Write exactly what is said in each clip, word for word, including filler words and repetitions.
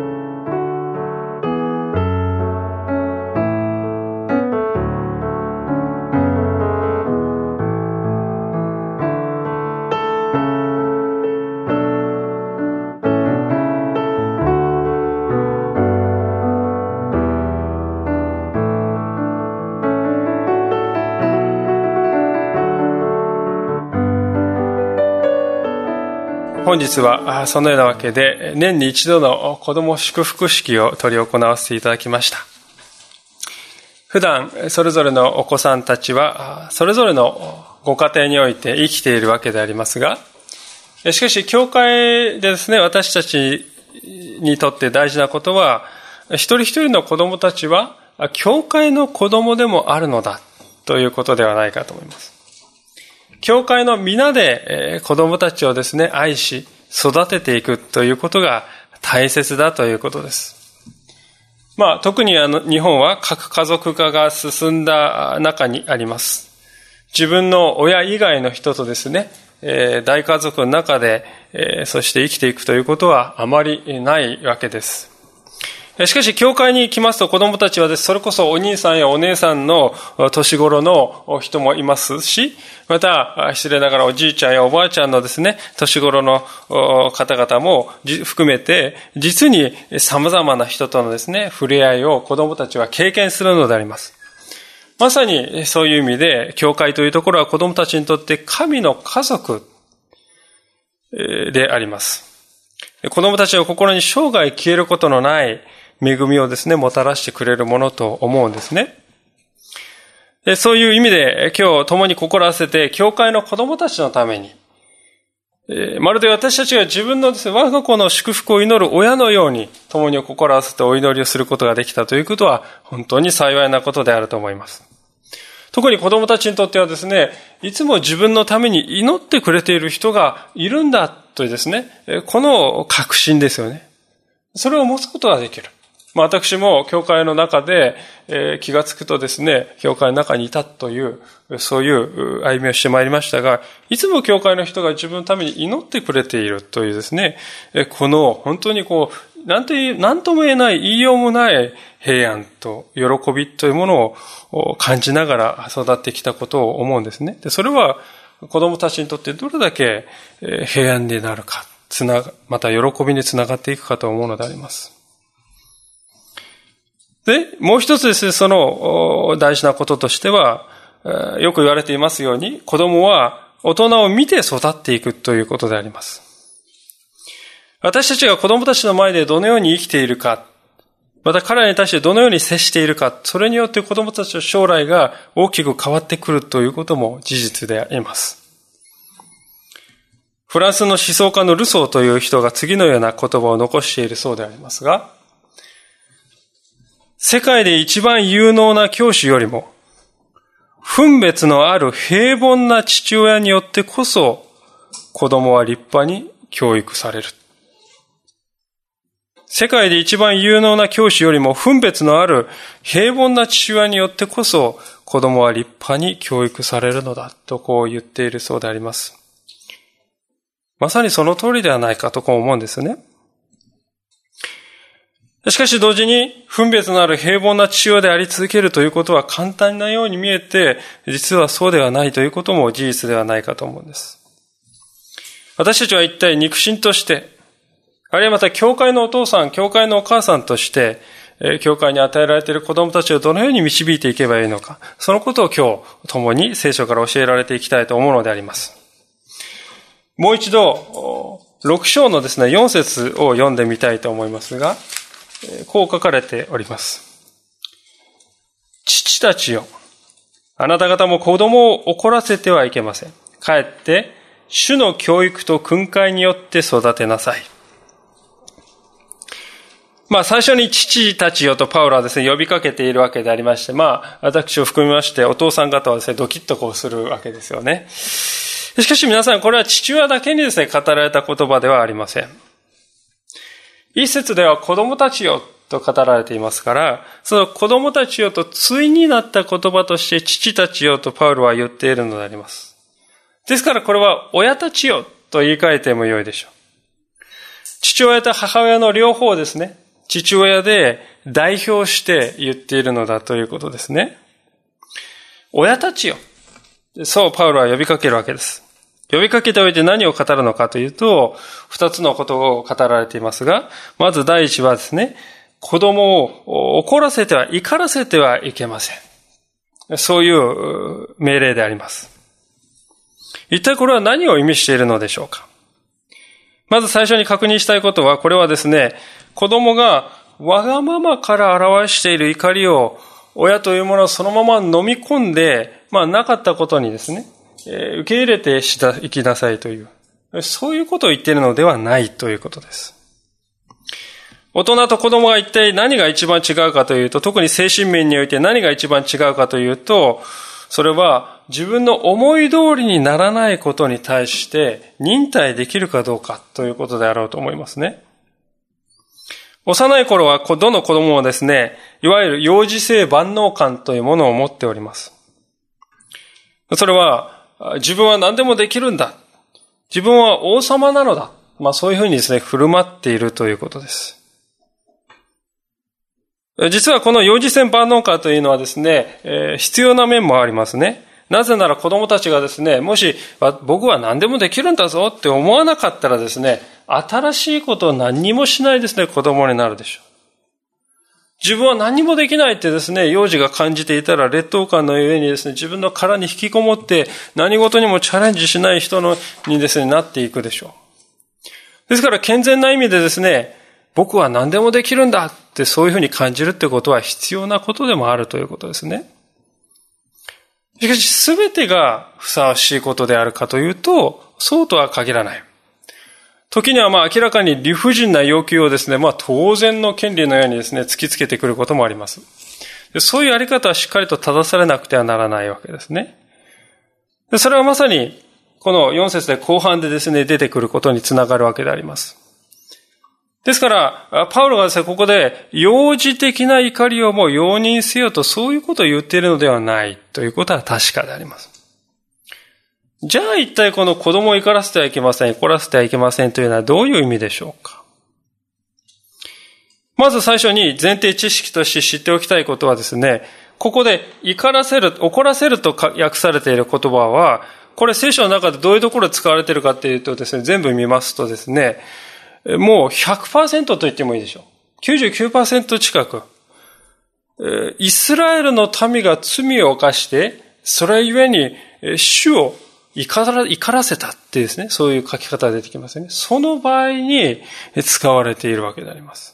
本日はそのようなわけで年に一度の子ども祝福式を執り行わせていただきました。普段それぞれのお子さんたちはそれぞれのご家庭において生きているわけでありますが、しかし教会でですね、私たちにとって大事なことは、一人一人の子どもたちは教会の子どもでもあるのだということではないかと思います。教会の皆で子供たちをですね、愛し育てていくということが大切だということです。まあ特にあの日本は核家族化が進んだ中にあります。自分の親以外の人とですね、大家族の中でそして生きていくということはあまりないわけです。しかし教会に来ますと子供たちはです、それこそお兄さんやお姉さんの年頃の人もいますし、また失礼ながらおじいちゃんやおばあちゃんのですね、年頃の方々も含めて、実に様々な人とのですね、触れ合いを子供たちは経験するのであります。まさにそういう意味で、教会というところは子供たちにとって神の家族であります。子供たちの心に生涯消えることのない恵みをですね、もたらしてくれるものと思うんですね。で、そういう意味で今日共に心合わせて、教会の子供たちのために、えー、まるで私たちが自分のですね、我が子の祝福を祈る親のように共に心合わせてお祈りをすることができたということは本当に幸いなことであると思います。特に子供たちにとってはですね、いつも自分のために祈ってくれている人がいるんだというですね、この確信ですよね。それを持つことができる。まあ、私も教会の中で、えー、気がつくとですね、教会の中にいたという、そういう歩みをしてまいりましたが、いつも教会の人が自分のために祈ってくれているというですね、この本当にこう、なんという、なんとも言えない、言いようもない平安と喜びというものを感じながら育ってきたことを思うんですね。で、それは子供たちにとってどれだけ平安になるか、つなが、また喜びにつながっていくかと思うのであります。で、もう一つですね、その大事なこととしては、よく言われていますように、子供は大人を見て育っていくということであります。私たちが子供たちの前でどのように生きているか、また彼らに対してどのように接しているか、それによって子供たちの将来が大きく変わってくるということも事実であります。フランスの思想家のルソーという人が次のような言葉を残しているそうでありますが、世界で一番有能な教師よりも、分別のある平凡な父親によってこそ、子供は立派に教育される。世界で一番有能な教師よりも分別のある平凡な父親によってこそ、子供は立派に教育されるのだとこう言っているそうであります。まさにその通りではないかとこう思うんですね。しかし同時に分別のある平凡な父親であり続けるということは簡単なように見えて、実はそうではないということも事実ではないかと思うんです。私たちは一体肉親として、あるいはまた教会のお父さん、教会のお母さんとして、教会に与えられている子供たちをどのように導いていけばいいのか、そのことを今日共に聖書から教えられていきたいと思うのであります。もう一度、ろく章のですね、よん節を読んでみたいと思いますが、こう書かれております。父たちよ、あなた方も子供を怒らせてはいけません。かえって、主の教育と訓戒によって育てなさい。まあ最初に父たちよとパウロはですね、呼びかけているわけでありまして、まあ私を含みましてお父さん方はですね、ドキッとこうするわけですよね。しかし皆さん、これは父親だけにですね、語られた言葉ではありません。一節では子供たちよと語られていますから、その子供たちよと対になった言葉として父たちよとパウロは言っているのであります。ですからこれは親たちよと言い換えてもよいでしょう。父親と母親の両方ですね、 父親で代表して言っているのだということですね。親たちよ。そうパウロは呼びかけるわけです。呼びかけておいて何を語るのかというと、二つのことを語られていますが、まず第一はですね、子供を怒らせては怒らせてはいけません。そういう命令であります。一体これは何を意味しているのでしょうか。まず最初に確認したいことは、これはですね、子供がわがままから表している怒りを親というものをそのまま飲み込んで、まあなかったことにですね、えー、受け入れてした生きなさいという、そういうことを言っているのではないということです。大人と子供が一体何が一番違うかというと、特に精神面において何が一番違うかというと、それは自分の思い通りにならないことに対して忍耐できるかどうかということであろうと思いますね。幼い頃はどの子供もですね、いわゆる幼児性万能感というものを持っております。それは自分は何でもできるんだ。自分は王様なのだ。まあそういうふうにですね、振る舞っているということです。実はこの幼児性万能感というのはですね、えー、必要な面もありますね。なぜなら子供たちがですね、もし僕は何でもできるんだぞって思わなかったらですね、新しいことを何にもしないですね、子供になるでしょう。自分は何にもできないってですね、幼児が感じていたら劣等感のゆえにですね、自分の殻に引きこもって何事にもチャレンジしない人のにですね、なっていくでしょう。ですから健全な意味でですね、僕は何でもできるんだってそういうふうに感じるってことは必要なことでもあるということですね。しかし全てがふさわしいことであるかというと、そうとは限らない。時にはまあ明らかに理不尽な要求をですね、まあ当然の権利のようにですね、突きつけてくることもあります。そういうあり方はしっかりと正されなくてはならないわけですね。それはまさにこのよん節で後半でですね、出てくることにつながるわけであります。ですから、パウロがですね、ここで、幼児的な怒りをもう容認せよと、そういうことを言っているのではないということは確かであります。じゃあ一体この子供を怒らせてはいけません、怒らせてはいけませんというのはどういう意味でしょうか。まず最初に前提知識として知っておきたいことはですね、ここで怒らせる、怒らせると訳されている言葉は、これ聖書の中でどういうところで使われているかというとですね、全部見ますとですね、もう ひゃくパーセント と言ってもいいでしょう。きゅうじゅうきゅうパーセント 近く。イスラエルの民が罪を犯して、それゆえに主を怒ら、怒らせたってですね、そういう書き方が出てきますよね。その場合に使われているわけであります。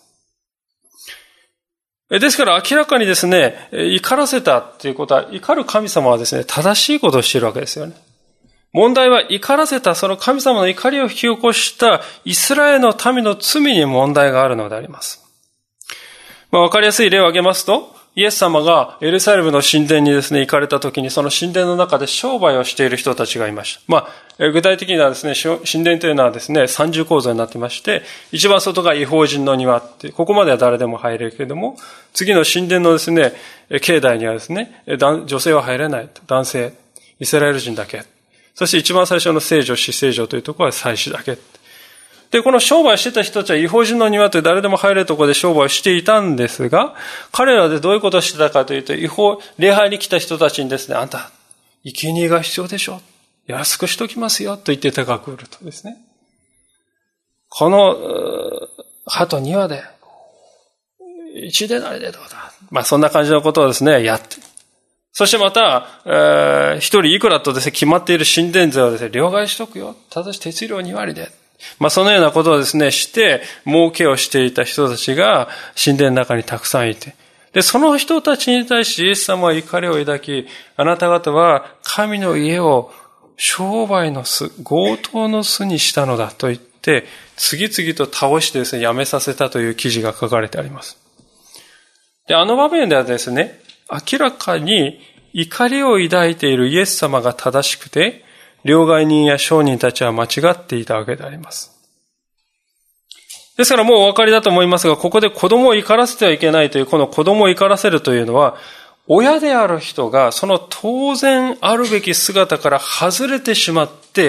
ですから明らかにですね、怒らせたっていうことは、怒る神様はですね、正しいことをしているわけですよね。問題は怒らせた、その神様の怒りを引き起こしたイスラエルの民の罪に問題があるのであります。まあ、わかりやすい例を挙げますと、イエス様がエルサレムの神殿にですね、行かれた時にその神殿の中で商売をしている人たちがいました。まあ、具体的にはですね、神殿というのはですね、三重構造になっていまして、一番外が異邦人の庭って、ここまでは誰でも入れるけれども、次の神殿のですね、境内にはですね、女性は入れない。男性、イスラエル人だけ。そして一番最初の聖女、死聖女というところは祭司だけ。で、この商売してた人たちは異邦人の庭という誰でも入れるところで商売をしていたんですが、彼らでどういうことをしてたかというと、違法、礼拝に来た人たちにですね、あんた、生贄が必要でしょ。安くしときますよ。と言って高く売るとですね。この、葉と庭で、一デナリでどうだ。まあそんな感じのことをですね、やって。そしてまた、えー、一人いくらとですね、決まっている神殿税をですね、両替しとくよ。ただし手数料に割で。まあそのようなことをですね、して、儲けをしていた人たちが神殿の中にたくさんいて。で、その人たちに対しイエス様は怒りを抱き、あなた方は神の家を商売の巣、強盗の巣にしたのだと言って、次々と倒してですね、やめさせたという記事が書かれてあります。で、あの場面ではですね、明らかに怒りを抱いているイエス様が正しくて、両替人や商人たちは間違っていたわけであります。ですからもうお分かりだと思いますが、ここで子供を怒らせてはいけないという、この子供を怒らせるというのは、親である人がその当然あるべき姿から外れてしまって、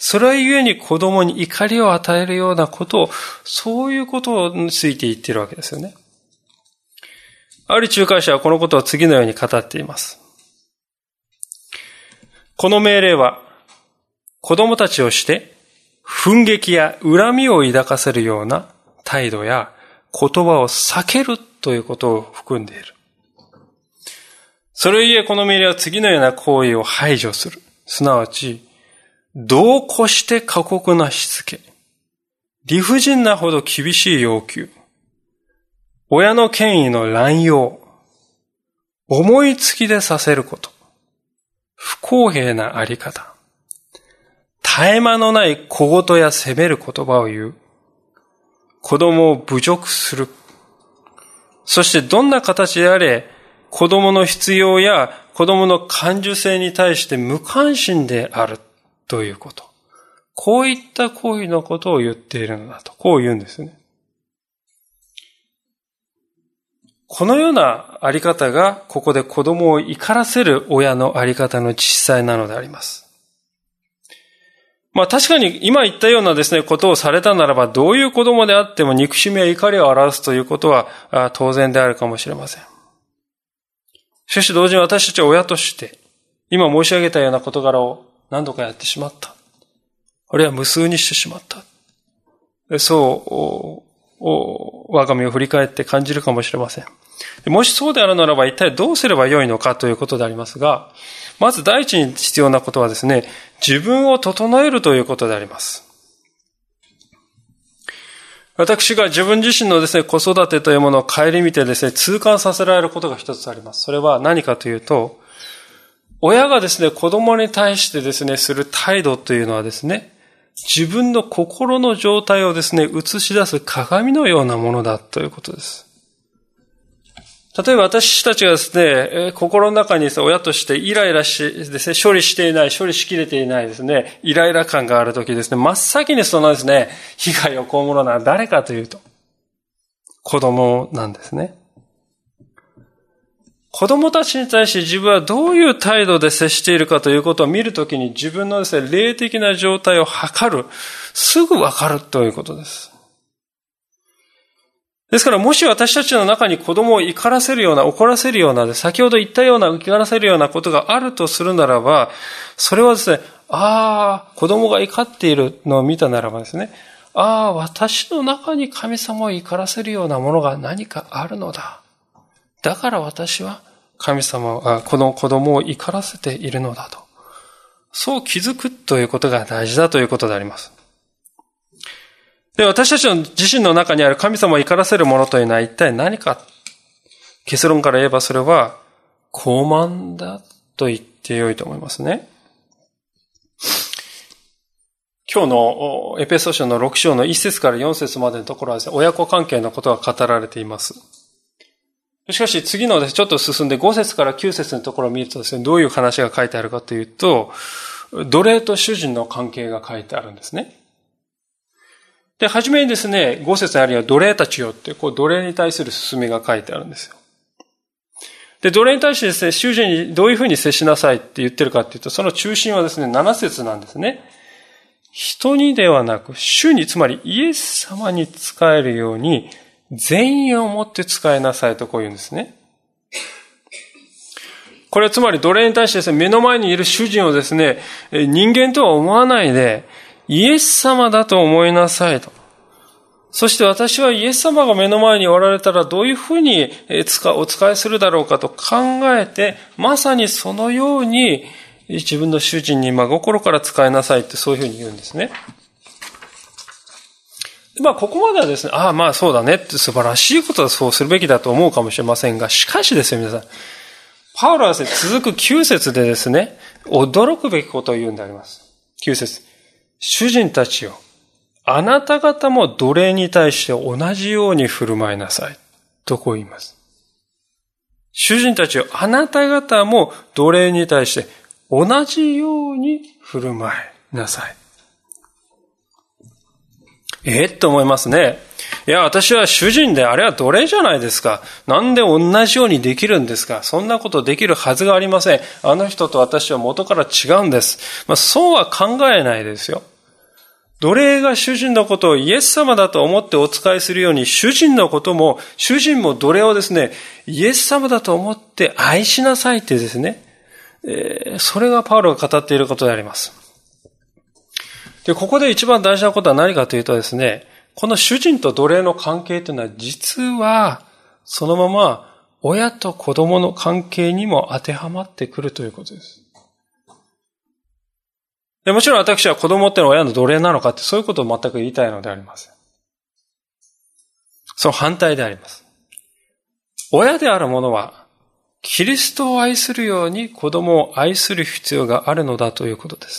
それゆえに子供に怒りを与えるようなことを、そういうことについて言っているわけですよね。ある仲介者はこのことを次のように語っています。この命令は、子供たちをして、憤激や恨みを抱かせるような態度や言葉を避けるということを含んでいる。それゆえこの命令は次のような行為を排除する。すなわち、度を越して過酷なしつけ、理不尽なほど厳しい要求、親の権威の乱用、思いつきでさせること、不公平なあり方、絶え間のない小言や責める言葉を言う、子供を侮辱する、そしてどんな形であれ、子供の必要や子供の感受性に対して無関心であるということ。こういった行為のことを言っているのだと、こう言うんですね。このようなあり方が、ここで子供を怒らせる親のあり方の実際なのであります。まあ確かに今言ったようなですね、ことをされたならば、どういう子供であっても憎しみや怒りを表すということは当然であるかもしれません。しかし同時に私たちは親として、今申し上げたような事柄を何度かやってしまった。あるいは無数にしてしまった。そう、我が身を振り返って感じるかもしれません。もしそうであるならば一体どうすればよいのかということでありますが、まず第一に必要なことはですね、自分を整えるということであります。私が自分自身のですね、子育てというものを顧みてですね、痛感させられることが一つあります。それは何かというと、親がですね、子供に対してですね、する態度というのはですね、自分の心の状態をですね、映し出す鏡のようなものだということです。例えば私たちがですね、心の中にですね、親としてイライラしですね、処理していない、処理しきれていないですね、イライラ感があるときですね、真っ先にそのですね、被害を被るのは誰かというと、子供なんですね。子供たちに対して自分はどういう態度で接しているかということを見るときに自分のですね、霊的な状態を測る、すぐわかるということです。ですからもし私たちの中に子供を怒らせるような、怒らせるような、先ほど言ったような怒らせるようなことがあるとするならば、それはですね、ああ、子供が怒っているのを見たならばですね、ああ、私の中に神様を怒らせるようなものが何かあるのだ。だから私は神様はこの子供を怒らせているのだと。そう気づくということが大事だということであります。で、私たちの自身の中にある神様を怒らせるものというのは一体何か。結論から言えばそれは傲慢だと言ってよいと思いますね。今日のエペソ書のろく章のいち節からよん節までのところはですね、親子関係のことが語られています。しかし次のちょっと進んでご節からきゅう節のところを見るとですね、どういう話が書いてあるかというと、奴隷と主人の関係が書いてあるんですね。で、はじめにですね、ご節にあるように奴隷たちよって、こう奴隷に対する勧めが書いてあるんですよ。で、奴隷に対してですね、主人にどういうふうに接しなさいって言ってるかっていうと、その中心はですね、なな節なんですね。人にではなく、主に、つまりイエス様に仕えるように、善意を持って仕えなさいとこう言うんですね。これはつまり奴隷に対してですね、目の前にいる主人をですね、人間とは思わないで、イエス様だと思いなさいと。そして私はイエス様が目の前におられたらどういうふうにお仕えするだろうかと考えて、まさにそのように自分の主人に真心から仕えなさいってそういうふうに言うんですね。まあここまではですね、ああまあそうだねって素晴らしいことはそうするべきだと思うかもしれませんが、しかしですよ皆さん、パウロはですね、続くきゅう節でですね、驚くべきことを言うんであります。きゅう節。主人たちよ、あなた方も奴隷に対して同じように振る舞いなさい。とこう言います。主人たちよ、あなた方も奴隷に対して同じように振る舞いなさい。えー、と思いますね。いや、私は主人であれは奴隷じゃないですか。なんで同じようにできるんですか。そんなことできるはずがありません。あの人と私は元から違うんです。まあ、そうは考えないですよ。 奴隷が主人のことをイエス様だと思ってお仕えするように、主人のことも、主人も奴隷をですね、イエス様だと思って愛しなさいってですね、えー、それがパウロが語っていることであります。で、ここで一番大事なことは何かというとですね、この主人と奴隷の関係というのは実はそのまま親と子供の関係にも当てはまってくるということです。でもちろん私は子供ってのは親の奴隷なのかってそういうことを全く言いたいのではありません。その反対であります。親である者はキリストを愛するように子供を愛する必要があるのだということです。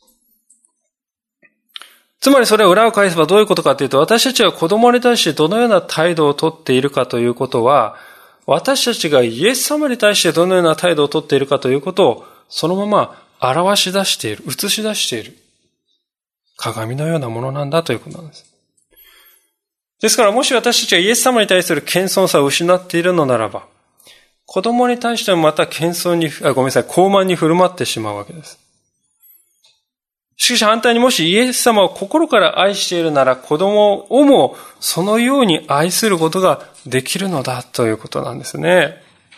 つまりそれを裏を返せばどういうことかというと、私たちは子供に対してどのような態度をとっているかということは、私たちがイエス様に対してどのような態度をとっているかということをそのまま表し出している、映し出している鏡のようなものなんだということなんです。ですからもし私たちがイエス様に対する謙遜さを失っているのならば、子供に対してもまた謙遜に、あ、ごめんなさい、傲慢に振る舞ってしまうわけです。しかし反対にもしイエス様を心から愛しているなら子供をもそのように愛することができるのだということなんですね。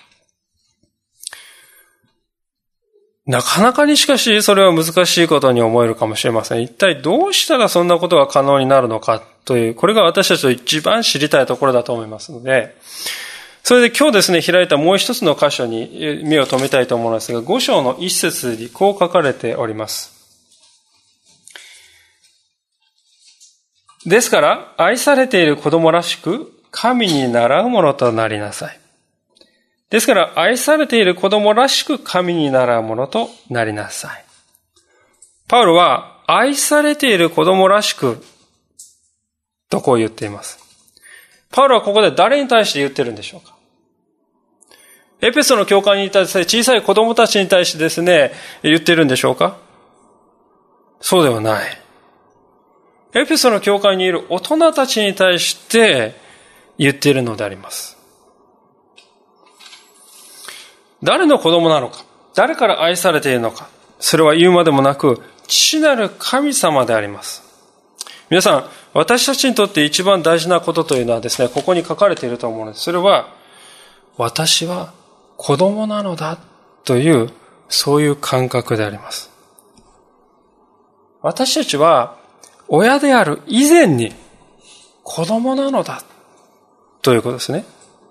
なかなかにしかしそれは難しいことに思えるかもしれません。一体どうしたらそんなことが可能になるのかという、これが私たちの一番知りたいところだと思いますので、それで今日ですね、開いたもう一つの箇所に目を留めたいと思いますが、五章の一節にこう書かれております。ですから、愛されている子供らしく、神に倣うものとなりなさい。ですから、愛されている子供らしく、神に倣うものとなりなさい。パウロは、愛されている子供らしく、とこう言っています。パウロはここで誰に対して言ってるんでしょうか。エペソの教会にいたですね、小さい子供たちに対してですね、言ってるんでしょうか。そうではない。エペソの教会にいる大人たちに対して言っているのであります。誰の子供なのか、誰から愛されているのか、それは言うまでもなく、父なる神様であります。皆さん、私たちにとって一番大事なことというのはですね、ここに書かれていると思うのです。それは、私は子供なのだという、そういう感覚であります。私たちは、親である以前に子供なのだということですね。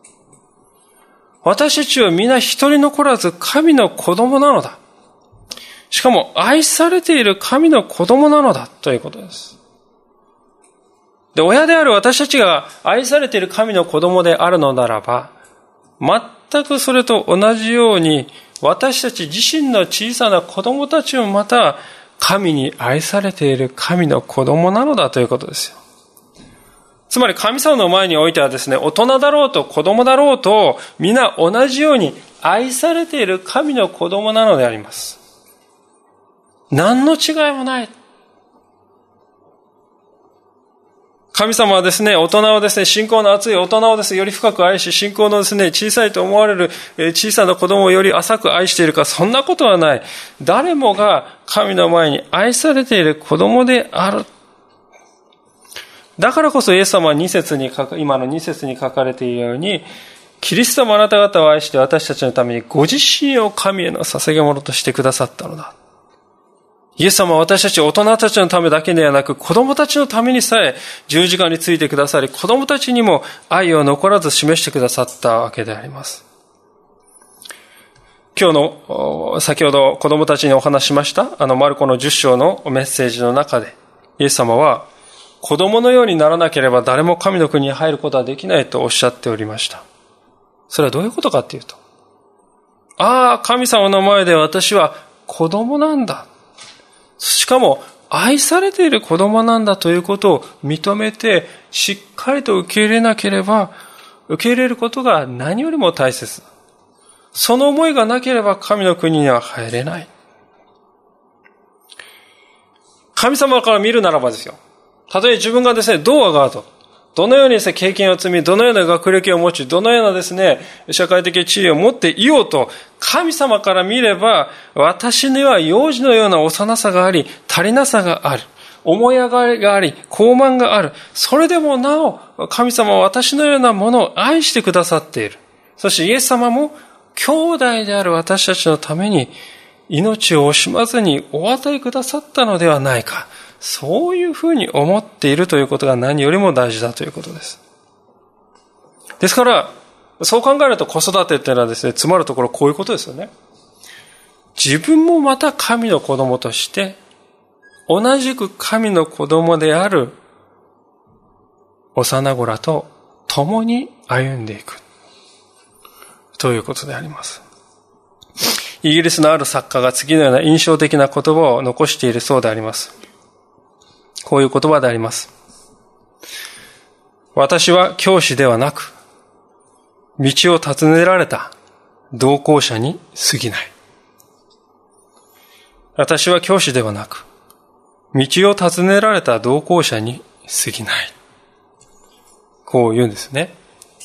私たちは皆一人残らず神の子供なのだ。しかも愛されている神の子供なのだということです。で、親である私たちが愛されている神の子供であるのならば、全くそれと同じように私たち自身の小さな子供たちもまた神に愛されている神の子供なのだということですよ。つまり神様の前においてはですね、大人だろうと子供だろうと皆同じように愛されている神の子供なのであります。何の違いもない。神様はですね、大人をですね、信仰の厚い大人をですね、より深く愛し、信仰のですね、小さいと思われる小さな子供をより浅く愛しているか、そんなことはない。誰もが神の前に愛されている子供である。だからこそイエス様はに節に、今のに節に書かれているように、キリストもあなた方を愛して私たちのためにご自身を神への捧げ物としてくださったのだ。イエス様は私たち大人たちのためだけではなく子供たちのためにさえ十字架についてくださり、子供たちにも愛を残らず示してくださったわけであります。今日の先ほど子供たちにお話ししましたあのマルコのじゅっ章のメッセージの中でイエス様は子供のようにならなければ誰も神の国に入ることはできないとおっしゃっておりました。それはどういうことかというと、ああ、神様の前で私は子供なんだ。しかも愛されている子供なんだということを認めてしっかりと受け入れなければ、受け入れることが何よりも大切。その思いがなければ神の国には入れない。神様から見るならばですよ。たとえ自分がですね、どう上がると、どのようにですね、経験を積み、どのような学歴を持ち、どのようなですね、社会的地位を持っていようと、神様から見れば、私には幼児のような幼さがあり、足りなさがある。 思い上がりがあり、傲慢がある。それでもなお、神様は私のようなものを愛してくださっている。そしてイエス様も、兄弟である私たちのために、命を惜しまずにお与えくださったのではないか。そういうふうに思っているということが何よりも大事だということです。ですから、そう考えると子育てっていうのはですね、詰まるところこういうことですよね。自分もまた神の子供として、同じく神の子供である幼子らと共に歩んでいく。ということであります。イギリスのある作家が次のような印象的な言葉を残しているそうであります。こういう言葉であります。私は教師ではなく、道を尋ねられた同行者に過ぎない。私は教師ではなく、道を尋ねられた同行者に過ぎない。こう言うんですね。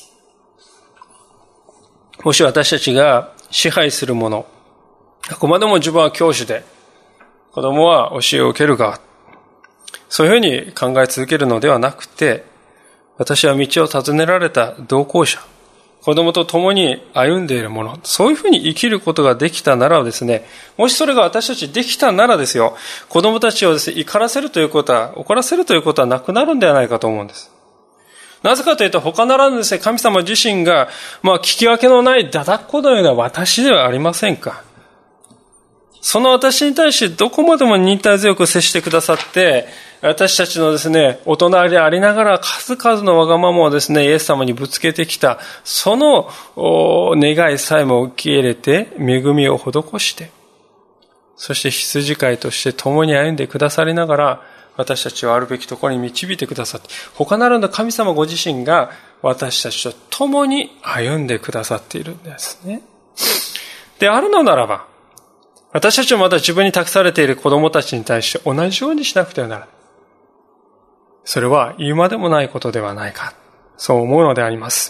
もし私たちが支配するもの、あくまでも自分は教師で、子供は教えを受ける側、そういうふうに考え続けるのではなくて、私は道を尋ねられた同行者、子供と共に歩んでいるもの、そういうふうに生きることができたならですね、もしそれが私たちできたならですよ、子供たちをですね、怒らせるということは、怒らせるということはなくなるんではないかと思うんです。なぜかというと、他ならぬですね、神様自身が、まあ、聞き分けのないだだっこのような私ではありませんか。その私に対してどこまでも忍耐強く接してくださって、私たちのですね、大人でありながら数々のわがままをですね、イエス様にぶつけてきた、その願いさえも受け入れて、恵みを施して、そして羊飼いとして共に歩んでくださりながら、私たちをあるべきところに導いてくださって、他ならぬ神様ご自身が私たちと共に歩んでくださっているんですね。であるのならば、私たちもまた自分に託されている子供たちに対して同じようにしなくてはならない。それは言うまでもないことではないか。そう思うのであります。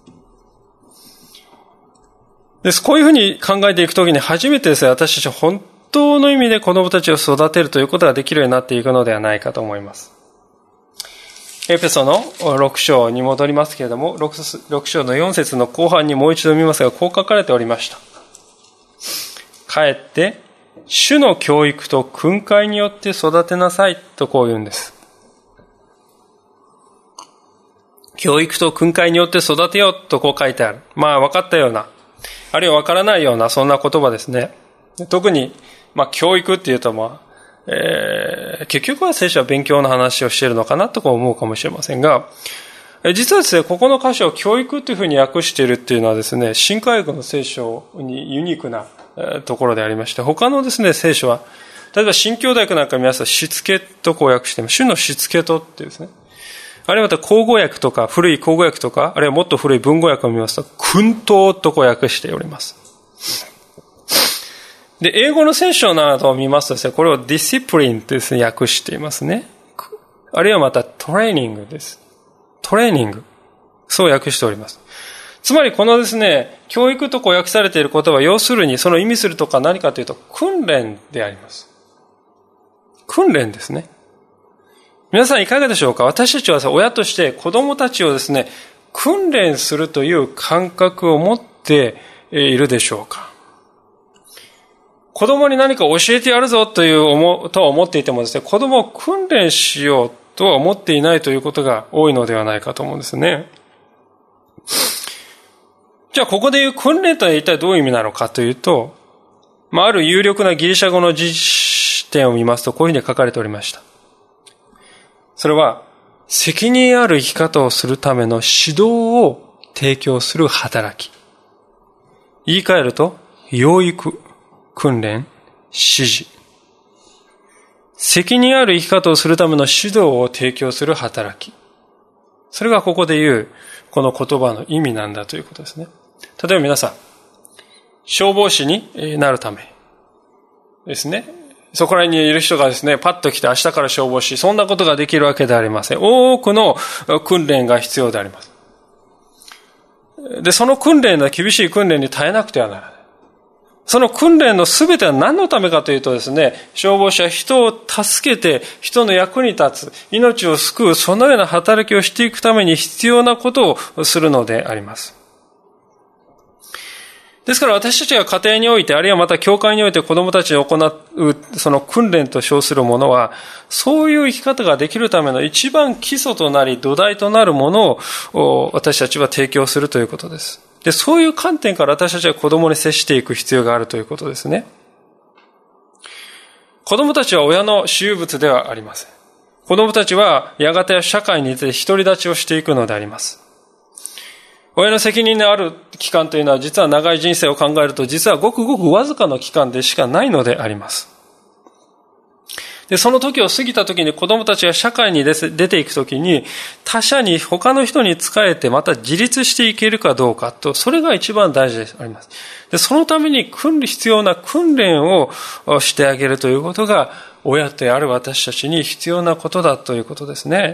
です。こういうふうに考えていくときに初めてですね、私たちは本当の意味で子供たちを育てるということができるようになっていくのではないかと思います。エペソのろく章に戻りますけれども、ろく章のよん節の後半にもう一度見ますが、こう書かれておりました。かえって、主の教育と訓戒によって育てなさいとこう言うんです。教育と訓戒によって育てようとこう書いてある。まあ分かったような、あるいは分からないようなそんな言葉ですね。特に、まあ教育っていうとまあ、えー、結局は聖書は勉強の話をしているのかなとこう思うかもしれませんが、実はですね、ここの箇所を教育というふうに訳しているっていうのはですね、新科学の聖書にユニークなところでありまして、他のですね、聖書は、例えば新教大学なんか見ますと、しつけとこう訳しています。主のしつけとっていうですね。あるいはまた口語訳とか、古い口語訳とか、あるいはもっと古い文語訳を見ますと、訓導とこう訳しております。で、英語の聖書などを見ますとですね、これをディシプリンとですね、訳していますね。あるいはまたトレーニングです。トレーニング。そう訳しております。つまりこのですね、教育とこう訳されている言葉は、要するにその意味するとか何かというと、訓練であります。訓練ですね。皆さんいかがでしょうか。私たちは親として子供たちをですね、訓練するという感覚を持っているでしょうか。子供に何か教えてやるぞという思とは思っていてもですね、子供を訓練しようとは思っていないということが多いのではないかと思うんですね。じゃあここでいう訓練とは一体どういう意味なのかというと、まあ、ある有力なギリシャ語の辞典を見ますとこういうふうに書かれておりました。それは責任ある生き方をするための指導を提供する働き。言い換えると、養育、訓練、指示。責任ある生き方をするための指導を提供する働き。それがここで言う、この言葉の意味なんだということですね。例えば皆さん、消防士になるためですね。そこらにいる人がですね、パッと来て明日から消防士、そんなことができるわけではありません。多くの訓練が必要であります。で、その訓練の厳しい訓練に耐えなくてはならない。 その訓練のすべては何のためかというとですね、消防士は人を助けて人の役に立つ、命を救う、そのような働きをしていくために必要なことをするのであります。ですから私たちが家庭において、あるいはまた教会において子供たちに行うその訓練と称するものは、そういう生き方ができるための一番基礎となり土台となるものを私たちは提供するということです。で、そういう観点から私たちは子供に接していく必要があるということですね。子供たちは親の私有物ではありません。子供たちはやがて社会に出て独り立ちをしていくのであります。親の責任のある期間というのは実は長い人生を考えると実はごくごくわずかの期間でしかないのであります。で、その時を過ぎた時に子供たちが社会に出ていく時に他者に他の人に仕えてまた自立していけるかどうかと、それが一番大事であります。で、そのために訓練必要な訓練をしてあげるということが親である私たちに必要なことだということですね。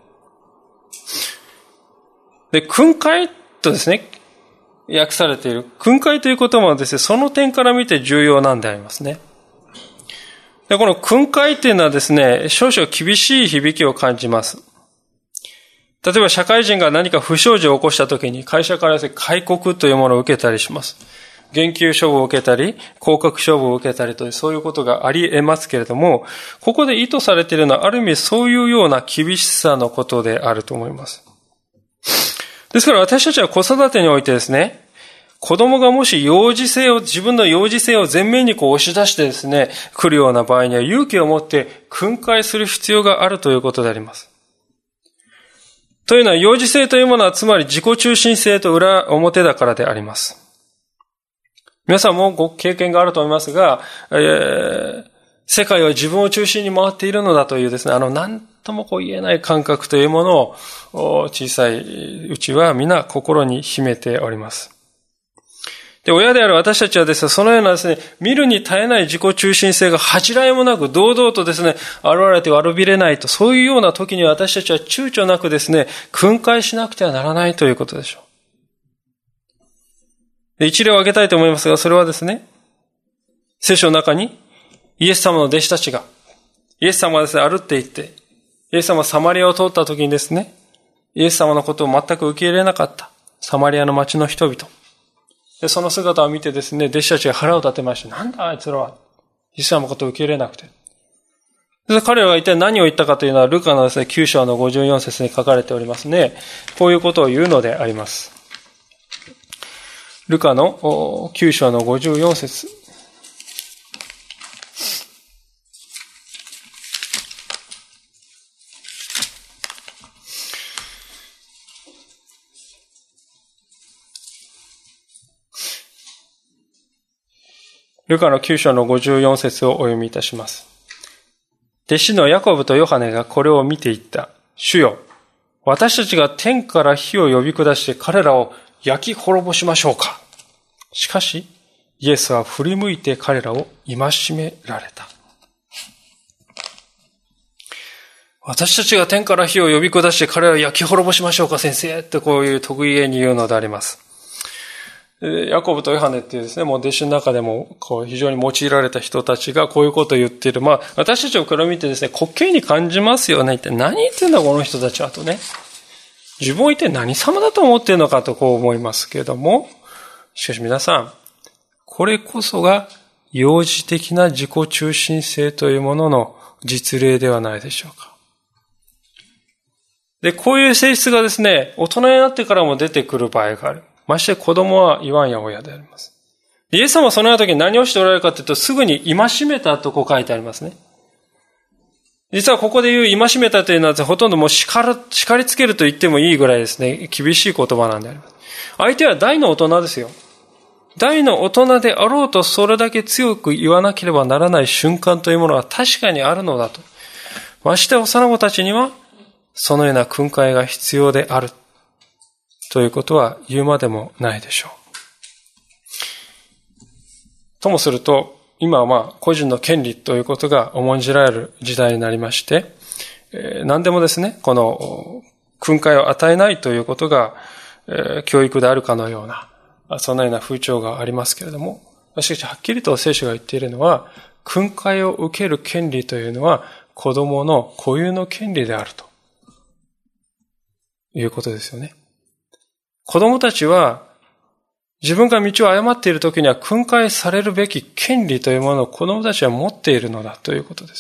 で、訓戒とですね、訳されている。訓戒ということもですね、その点から見て重要なんでありますね。で、この訓戒というのはですね、少々厳しい響きを感じます。例えば社会人が何か不祥事を起こしたときに会社からですね、戒告というものを受けたりします。減給処分を受けたり、降格処分を受けたりと、そういうことがあり得ますけれども、ここで意図されているのはある意味そういうような厳しさのことであると思います。ですから私たちは子育てにおいてですね、子供がもし幼児性を、自分の幼児性を前面にこう押し出してですね、来るような場合には勇気を持って訓戒する必要があるということであります。というのは幼児性というものはつまり自己中心性と裏表だからであります。皆さんもご経験があると思いますが、えー、世界は自分を中心に回っているのだというですね、あの何ともこう言えない感覚というものを小さいうちは皆心に秘めております。で、親である私たちはですね、そのようなですね、見るに耐えない自己中心性が恥じらいもなく堂々とですね、現れて悪びれないと、そういうような時に私たちは躊躇なくですね、訓戒しなくてはならないということでしょう。で、一例を挙げたいと思いますが、それはですね、聖書の中にイエス様の弟子たちが、イエス様がですね、歩って行って、イエス様がサマリアを通った時にですね、イエス様のことを全く受け入れなかったサマリアの町の人々。で、その姿を見てですね、弟子たちが腹を立てました。なんだあいつらは。イエス様のことを受け入れなくて。で、彼らが一体何を言ったかというのは、ルカのですね、きゅう章のごじゅうよん節に書かれておりますね。こういうことを言うのであります。ルカのきゅう章のごじゅうよん節。ルカのきゅう章のごじゅうよん節をお読みいたします。弟子のヤコブとヨハネがこれを見て言った。主よ、私たちが天から火を呼び下して彼らを焼き滅ぼしましょうか。しかし、イエスは振り向いて彼らを戒められた。私たちが天から火を呼び下して彼らを焼き滅ぼしましょうか、先生ってこういう得意げに言うのであります。ヤコブとヨハネっていうですね、もう弟子の中でもこう非常に用いられた人たちがこういうことを言っている。まあ、私たちをこれを見てですね、滑稽に感じますよね。一体何言ってんだこの人たちはとね。自分を一体何様だと思っているのかとこう思いますけれども、しかし皆さん、これこそが幼児的な自己中心性というものの実例ではないでしょうか。で、こういう性質がですね、大人になってからも出てくる場合がある。まして子供は言わんや親であります。イエス様はそのような時に何をしておられるかというと、すぐに戒めたとこう書いてありますね。実はここで言う戒めたというのはほとんどもう叱る、叱りつけると言ってもいいぐらいですね、厳しい言葉なんであります。相手は大の大人ですよ。大の大人であろうとそれだけ強く言わなければならない瞬間というものが確かにあるのだと。まして幼子たちにはそのような訓戒が必要であるということは言うまでもないでしょう。ともすると、今はまあ個人の権利ということが重んじられる時代になりまして、えー、何でもですね、この訓戒を与えないということが、えー、教育であるかのような、そのような風潮がありますけれども、 しかしはっきりと聖書が言っているのは、訓戒を受ける権利というのは子供の固有の権利であるということですよね。子供たちは自分が道を誤っているときには訓戒されるべき権利というものを子供たちは持っているのだということです。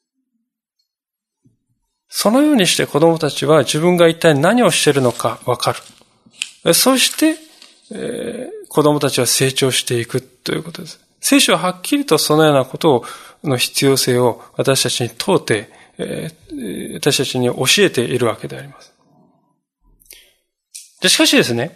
そのようにして子供たちは自分が一体何をしているのかわかる。そして、えー、子供たちは成長していくということです。聖書ははっきりとそのようなことの必要性を私たちに問うて、えー、私たちに教えているわけであります。でしかしですね、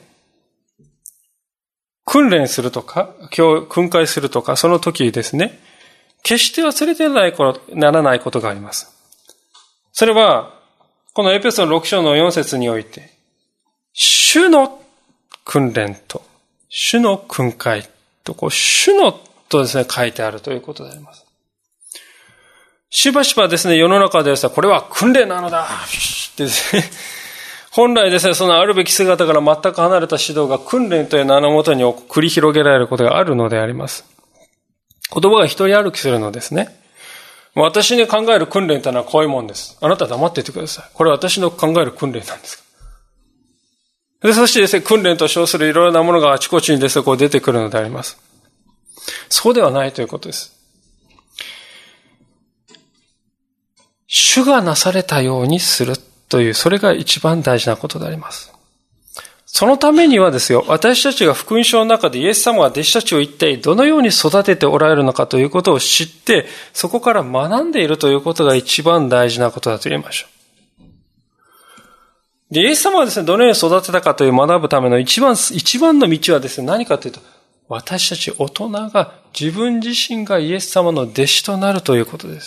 訓練するとか、訓戒するとか、その時ですね、決して忘れてならないことがあります。それは、このエペソのろく章のよん節において、主の訓練と、主の訓戒と、こう、主のとですね、書いてあるということであります。しばしばですね、世の中ではこれは訓練なのだってですね、本来ですね、そのあるべき姿から全く離れた指導が訓練という名のもとに繰り広げられることがあるのであります。言葉が一人歩きするのですね。私に考える訓練というのはこういうもんです。あなた黙っていてください。これは私の考える訓練なんです。で、そしてですね、訓練と称するいろいろなものがあちこちにですね、こう出てくるのであります。そうではないということです。主がなされたようにするという、それが一番大事なことであります。そのためにはですよ、私たちが福音書の中でイエス様が弟子たちを一体どのように育てておられるのかということを知って、そこから学んでいるということが一番大事なことだと言いましょう。で、イエス様はですね、どのように育てたかという学ぶための一番、一番の道はですね、何かというと、私たち大人が自分自身がイエス様の弟子となるということです。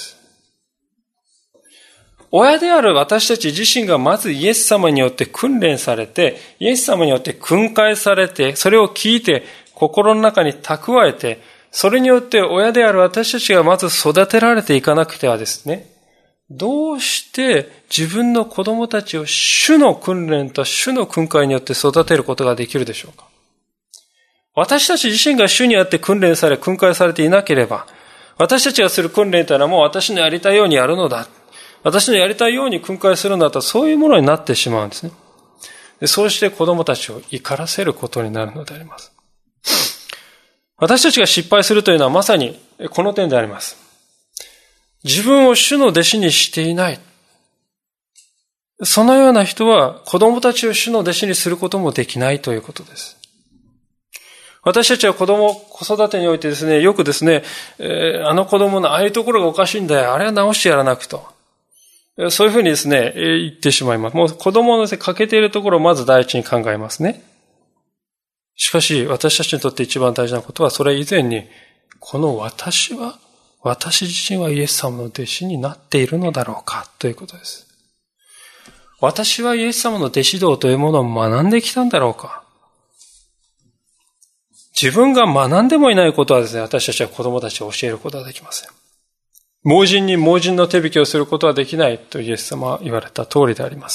親である私たち自身がまずイエス様によって訓練されて、イエス様によって訓戒されて、それを聞いて心の中に蓄えて、それによって親である私たちがまず育てられていかなくてはですね、どうして自分の子供たちを主の訓練と主の訓戒によって育てることができるでしょうか。私たち自身が主によって訓練され、訓戒されていなければ、私たちがする訓練というのはもう私のやりたいようにやるのだ。私のやりたいように訓戒するんだと、そういうものになってしまうんですね。で、そうして子供たちを怒らせることになるのであります。私たちが失敗するというのはまさにこの点であります。自分を主の弟子にしていない。そのような人は子供たちを主の弟子にすることもできないということです。私たちは子供、子育てにおいてですね、よくですね、えー、あの子供のああいうところがおかしいんだよ。あれは直してやらなくと。そういうふうにですね、言ってしまいます。もう子供のですね、欠けているところをまず第一に考えますね。しかし、私たちにとって一番大事なことは、それ以前に、この私は、私自身はイエス様の弟子になっているのだろうか、ということです。私はイエス様の弟子道というものを学んできたんだろうか。自分が学んでもいないことはですね、私たちは子供たちを教えることはできません。盲人に盲人の手引きをすることはできないとイエス様は言われた通りであります。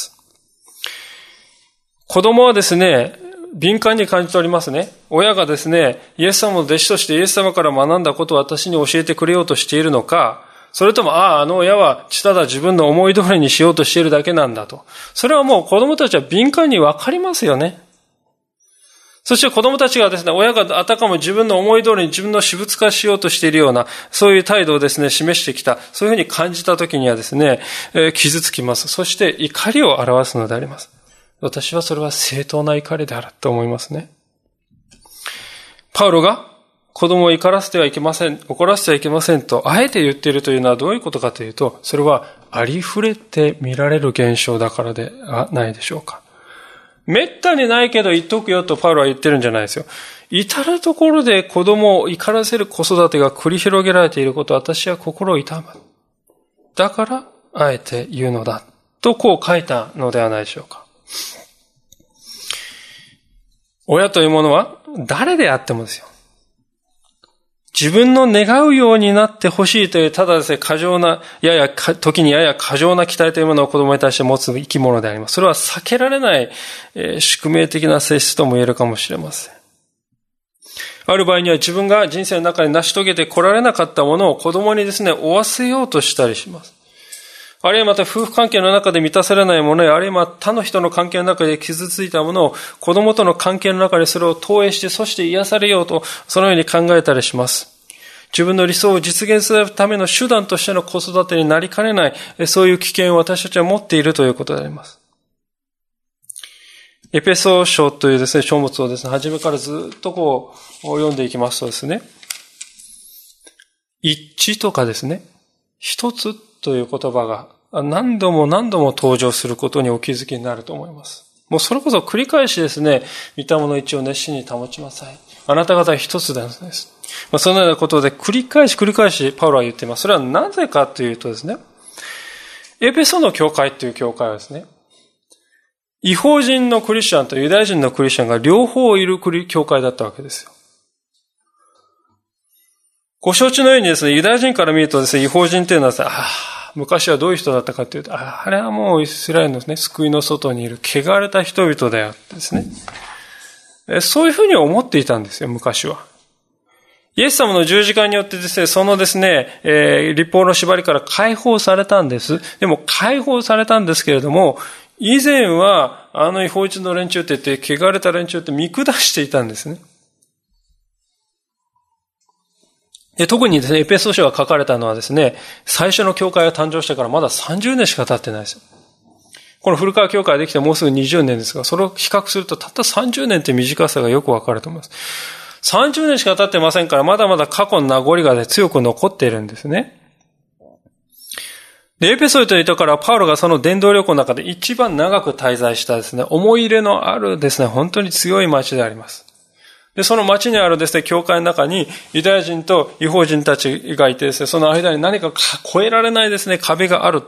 子供はですね、敏感に感じておりますね。親がですね、イエス様の弟子としてイエス様から学んだことを私に教えてくれようとしているのか、それとも、ああ、あの親はただ自分の思い通りにしようとしているだけなんだと。それはもう子供たちは敏感にわかりますよね。そして子供たちがですね、親があたかも自分の思い通りに自分の私物化しようとしているような、そういう態度をですね、示してきた、そういうふうに感じたときにはですね、えー、傷つきます。そして怒りを表すのであります。私はそれは正当な怒りであると思いますね。パウロが子供を怒らせてはいけません、怒らせてはいけませんと、あえて言っているというのはどういうことかというと、それはありふれて見られる現象だからではないでしょうか。めったにないけど言っとくよとパウロは言ってるんじゃないですよ。至るところで子供を怒らせる子育てが繰り広げられていることを私は心を痛む。だからあえて言うのだとこう書いたのではないでしょうか。親というものは誰であってもですよ。自分の願うようになってほしいという、ただですね、過剰な、やや、時にやや過剰な期待というものを子供に対して持つ生き物であります。それは避けられない、えー、宿命的な性質とも言えるかもしれません。 ある場合には自分が人生の中で成し遂げてこられなかったものを子供にですね、負わせようとしたりします。あるいはまた夫婦関係の中で満たされないものや、あるいは他の人の関係の中で傷ついたものを子供との関係の中でそれを投影して、そして癒されようと、そのように考えたりします。自分の理想を実現するための手段としての子育てになりかねない、そういう危険を私たちは持っているということであります。エペソ書というですね、書物をですね、初めからずっとこう、読んでいきますとですね、一致とかですね、一つという言葉が何度も何度も登場することにお気づきになると思います。もうそれこそ繰り返しですね、御霊の一致を熱心に保ちなさい。あなた方は一つです。まあ、そのようなことで繰り返し繰り返しパウロは言っています。それはなぜかというとですね、エペソの教会という教会はですね、異邦人のクリスチャンとユダヤ人のクリスチャンが両方いる教会だったわけですよ。ご承知のようにですね、ユダヤ人から見るとですね、異邦人というのはですね、ああ、昔はどういう人だったかというと、あ, あれはもうイスラエルのですね、救いの外にいる汚れた人々だよってですね。そういうふうに思っていたんですよ、昔は。イエス様の十字架によってですね、そのですね、えー、律法の縛りから解放されたんです。でも解放されたんですけれども、以前はあの異邦人の連中って言って、汚れた連中って見下していたんですね。で、特にですね、エペソ書が書かれたのはですね、最初の教会が誕生してからまださんじゅうねんしか経ってないですよ。この古川教会ができてもうすぐにじゅうねんですが、それを比較するとたったさんじゅうねんって短さがよくわかると思います。さんじゅうねんしか経ってませんから、まだまだ過去の名残が、ね、強く残っているんですね。で、エペソという人からパウロがその伝道旅行の中で一番長く滞在したですね、思い入れのあるですね、本当に強い町であります。で、その町にあるですね、教会の中にユダヤ人と異邦人たちがいてですね、その間に何か越えられないですね、壁がある。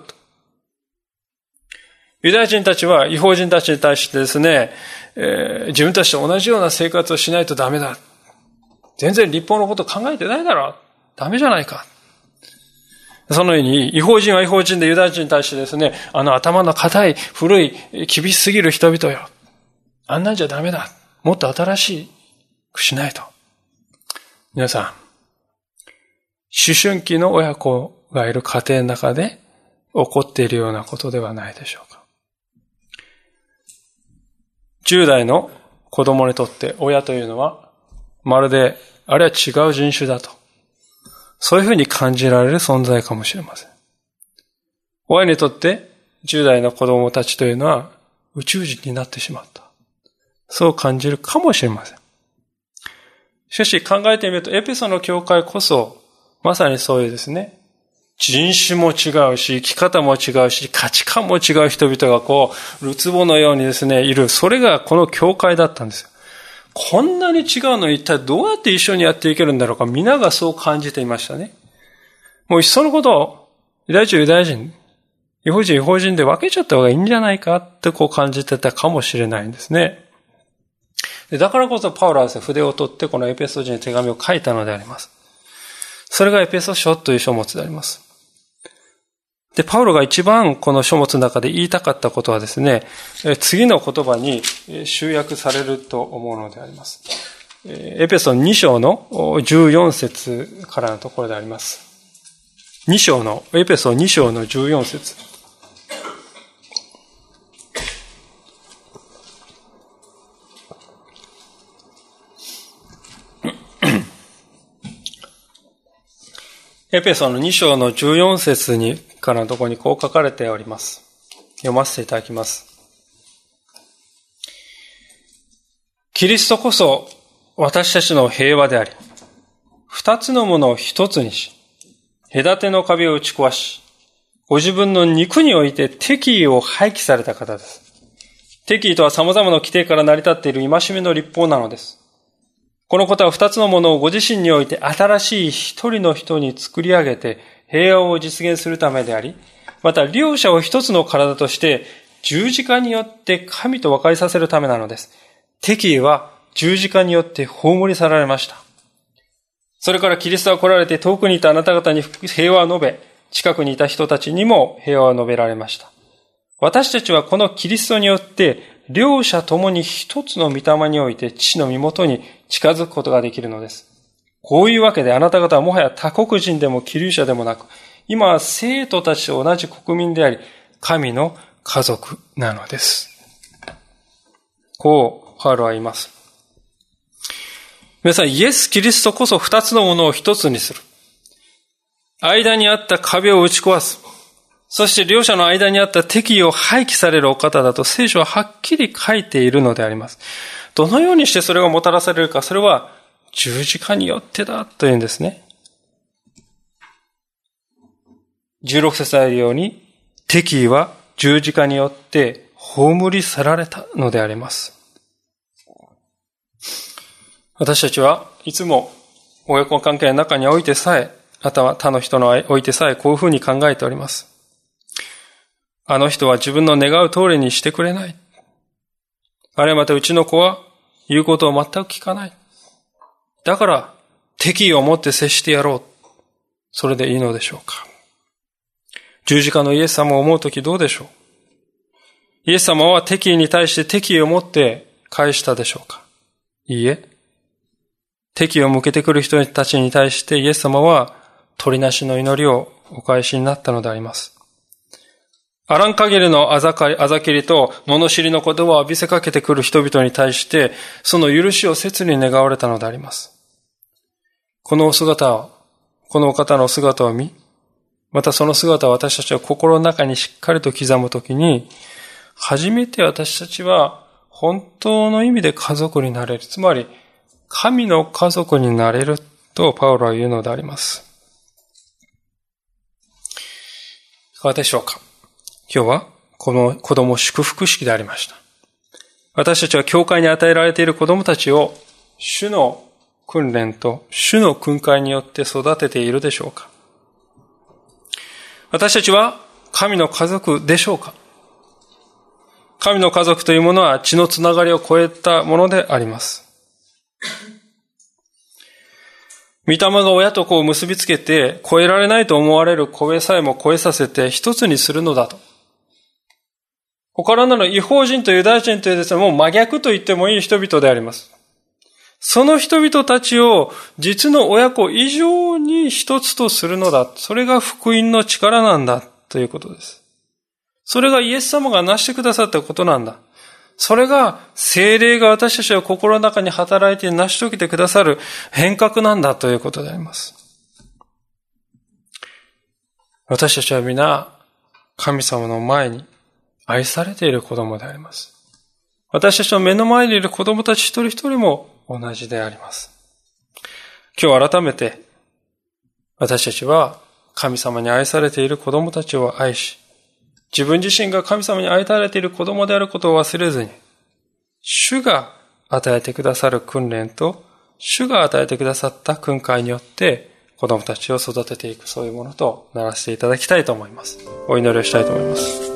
ユダヤ人たちは異邦人たちに対してですね、えー、自分たちと同じような生活をしないとダメだ。全然立法のこと考えてないだろう。ダメじゃないか。そのように、異邦人は異邦人でユダヤ人に対してですね、あの頭の固い、古い、厳しすぎる人々よ。あんなんじゃダメだ。もっと新しくしないと。皆さん、思春期の親子がいる家庭の中で起こっているようなことではないでしょうか。じゅう代の子供にとって親というのは、まるで、あれは違う人種だと。そういうふうに感じられる存在かもしれません。親にとってじゅう代の子供たちというのは宇宙人になってしまった。そう感じるかもしれません。しかし考えてみると、エペソの教会こそ、まさにそういうですね、人種も違うし、生き方も違うし、価値観も違う人々がこう、るつぼのようにですね、いる。それがこの教会だったんですよ。こんなに違うの一体どうやって一緒にやっていけるんだろうか。皆がそう感じていましたね。もういっそのことを、ユダヤ人、ユダヤ人、異邦人、異邦人で分けちゃった方がいいんじゃないかってこう感じてたかもしれないんですね。でだからこそパウロはですね、筆を取ってこのエペソ人に手紙を書いたのであります。それがエペソ書という書物であります。で、パウロが一番この書物の中で言いたかったことはですね、次の言葉に集約されると思うのであります。エペソに章のじゅうよん節からのところであります。に章の、エペソに章のじゅうよん節。エペソのに章のじゅうよん節にからのところにこう書かれております。読ませていただきます。キリストこそ私たちの平和であり、二つのものを一つにし、隔ての壁を打ち壊し、ご自分の肉において敵意を廃棄された方です。敵意とは様々な規定から成り立っている戒めの律法なのです。このことは二つのものをご自身において新しい一人の人に作り上げて平和を実現するためであり、また両者を一つの体として十字架によって神と和解させるためなのです。敵意は十字架によって葬り去られました。それからキリストは来られて遠くにいたあなた方に平和を述べ、近くにいた人たちにも平和を述べられました。私たちはこのキリストによって両者ともに一つの御霊において父の身元に近づくことができるのです。こういうわけであなた方はもはや他国人でも寄留者でもなく、今は生徒たちと同じ国民であり、神の家族なのです。こう、パウロは言います。皆さん、イエス・キリストこそ二つのものを一つにする。間にあった壁を打ち壊す。そして両者の間にあった敵意を廃棄されるお方だと聖書ははっきり書いているのであります。どのようにしてそれがもたらされるか、それは十字架によってだというんですね。じゅうろく節あるように、敵意は十字架によって葬り去られたのであります。私たちはいつも親子関係の中においてさえ、または他の人においてさえこういうふうに考えております。あの人は自分の願う通りにしてくれない。あるいはまたうちの子は言うことを全く聞かない。だから敵意を持って接してやろう。それでいいのでしょうか。十字架のイエス様を思うときどうでしょう。イエス様は敵意に対して敵意を持って返したでしょうか。いいえ。敵意を向けてくる人たちに対してイエス様は取りなしの祈りをお返しになったのであります。あらん限りのあざかり、あざきりと罵りの言葉を浴びせかけてくる人々に対してその許しを切に願われたのであります。この姿を、このお方の姿を見、またその姿を私たちは心の中にしっかりと刻むときに、初めて私たちは本当の意味で家族になれる。つまり、神の家族になれるとパウロは言うのであります。いかがでしょうか。今日はこの子供祝福式でありました。私たちは教会に与えられている子供たちを主の訓練と主の訓戒によって育てているでしょうか。私たちは神の家族でしょうか。神の家族というものは血のつながりを超えたものであります。御霊が親と子を結びつけて超えられないと思われる声さえも超えさせて一つにするのだと。他なる異邦人とユダヤ人というですね、もう真逆と言ってもいい人々であります。その人々たちを実の親子以上に一つとするのだ。それが福音の力なんだということです。それがイエス様が成してくださったことなんだ。それが聖霊が私たちの心の中に働いて成し遂げてくださる変革なんだということであります。私たちは皆神様の前に愛されている子供であります。私たちの目の前にいる子供たち一人一人も同じであります。今日改めて私たちは神様に愛されている子供たちを愛し、自分自身が神様に愛されている子供であることを忘れずに、主が与えてくださる訓練と、主が与えてくださった訓戒によって、子供たちを育てていく、そういうものとならせていただきたいと思います。お祈りをしたいと思います。